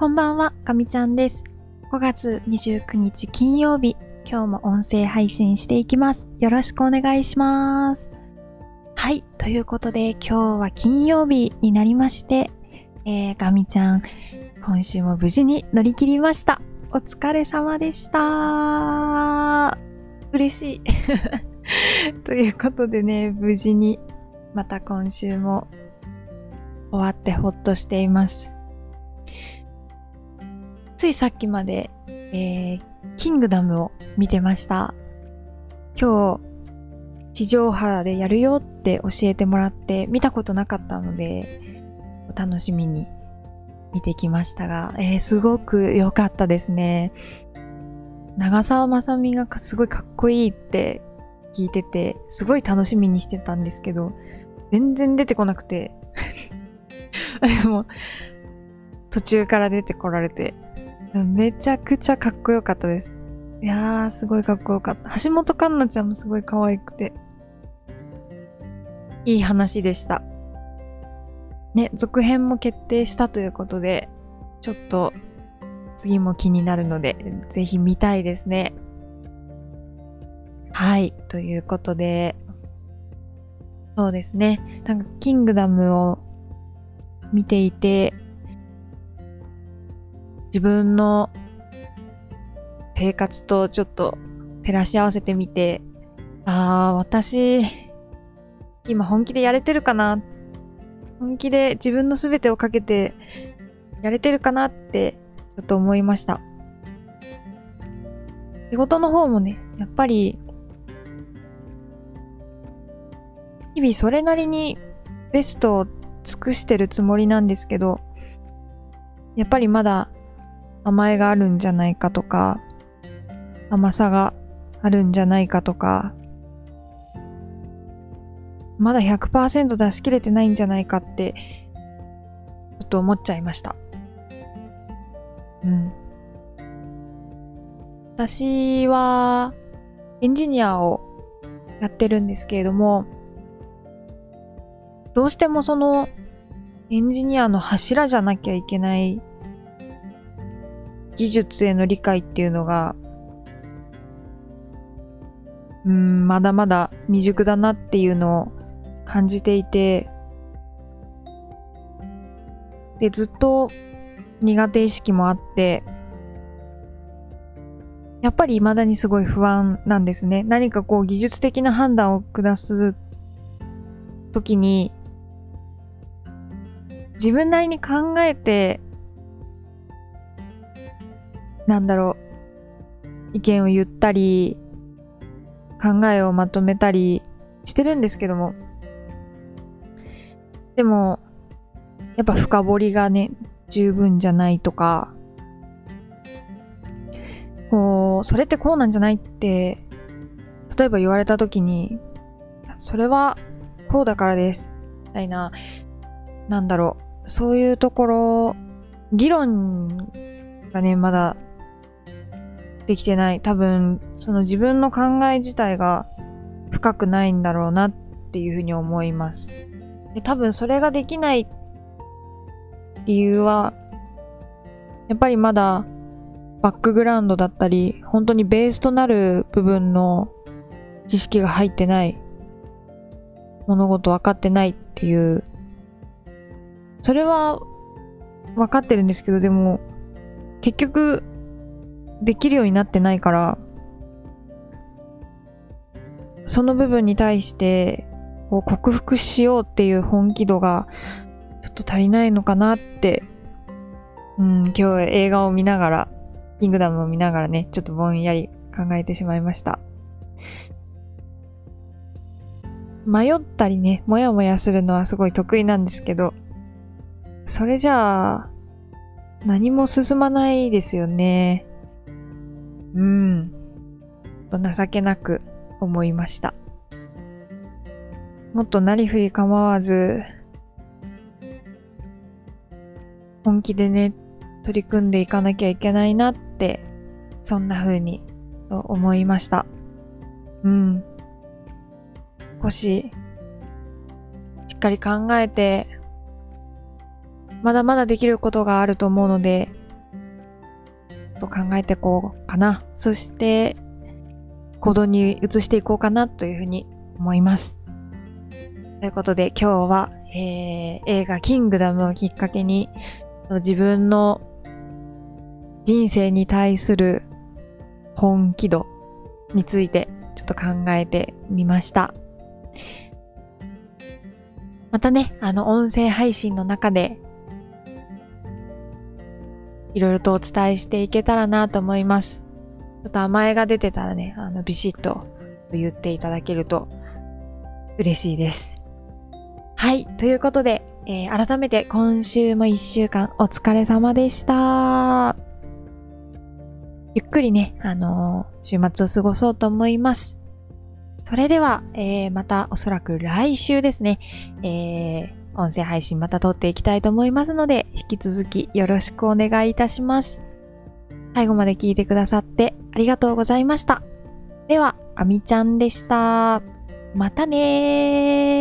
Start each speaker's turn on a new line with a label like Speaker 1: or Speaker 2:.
Speaker 1: こんばんは、かみちゃんです。5月29日金曜日、今日も音声配信していきます。よろしくお願いします。はい、ということで今日は金曜日になりまして、かみちゃん、今週も無事に乗り切りました。お疲れ様でした。嬉しい。ということでね、無事にまた今週も終わってほっとしています。ついさっきまで、キングダムを見てました。今日、地上波でやるよって教えてもらって見たことなかったので、楽しみに見てきましたが、すごく良かったですね。長澤まさみがすごいかっこいいって聞いてて、すごい楽しみにしてたんですけど、全然出てこなくて。でも、途中から出てこられて、めちゃくちゃかっこよかったです。いやー、すごいかっこよかった。橋本環奈ちゃんもすごい可愛くて、いい話でした。ね、続編も決定したということで、ちょっと次も気になるので、ぜひ見たいですね。はい、ということで、そうですね。なんか、キングダムを見ていて、自分の生活とちょっと照らし合わせてみて、私、今本気でやれてるかな？本気で自分の全てをかけてやれてるかなってちょっと思いました。仕事の方もね、やっぱり日々それなりにベストを尽くしてるつもりなんですけど、やっぱりまだ甘えがあるんじゃないかとか、甘さがあるんじゃないかとか、まだ 100% 出し切れてないんじゃないかってちょっと思っちゃいました。私はエンジニアをやってるんですけれども、どうしてもそのエンジニアの柱じゃなきゃいけない技術への理解っていうのがまだまだ未熟だなっていうのを感じていて、で、ずっと苦手意識もあって、やっぱり未だにすごい不安なんですね。何かこう技術的な判断を下すときに、自分なりに考えて、意見を言ったり、考えをまとめたりしてるんですけども、でも、やっぱ深掘りがね、十分じゃないとか、それってこうなんじゃないって、例えば言われたときに、それはこうだからです。みたいな、そういうところ、議論がね、まだできてない。多分、その自分の考え自体が深くないんだろうなっていうふうに思います。で、多分それができない理由は、やっぱりまだバックグラウンドだったり、本当にベースとなる部分の知識が入ってない、物事分かってないっていう、それは分かってるんですけど、でも結局できるようになってないから、その部分に対してこう克服しようっていう本気度がちょっと足りないのかなって、今日映画を見ながら、キングダムを見ながらね、ちょっとぼんやり考えてしまいました。迷ったりね、もやもやするのはすごい得意なんですけど、それじゃあ、何も進まないですよね。と情けなく思いました。もっとなりふり構わず、本気でね、取り組んでいかなきゃいけないなって、そんな風に思いました。少し、しっかり考えて、まだまだできることがあると思うので、 と考えていこうかな。そして行動に移していこうかなというふうに思います。ということで今日は、映画キングダムをきっかけに自分の人生に対する本気度についてちょっと考えてみました。またね、音声配信の中でいろいろとお伝えしていけたらなと思います。ちょっと甘えが出てたらね、ビシッと言っていただけると嬉しいです。はい、ということで、改めて今週も1週間お疲れ様でした。ゆっくりね、週末を過ごそうと思います。それでは、またおそらく来週ですね、音声配信また撮っていきたいと思いますので、引き続きよろしくお願いいたします。最後まで聞いてくださってありがとうございました。では、あみちゃんでした。またねー。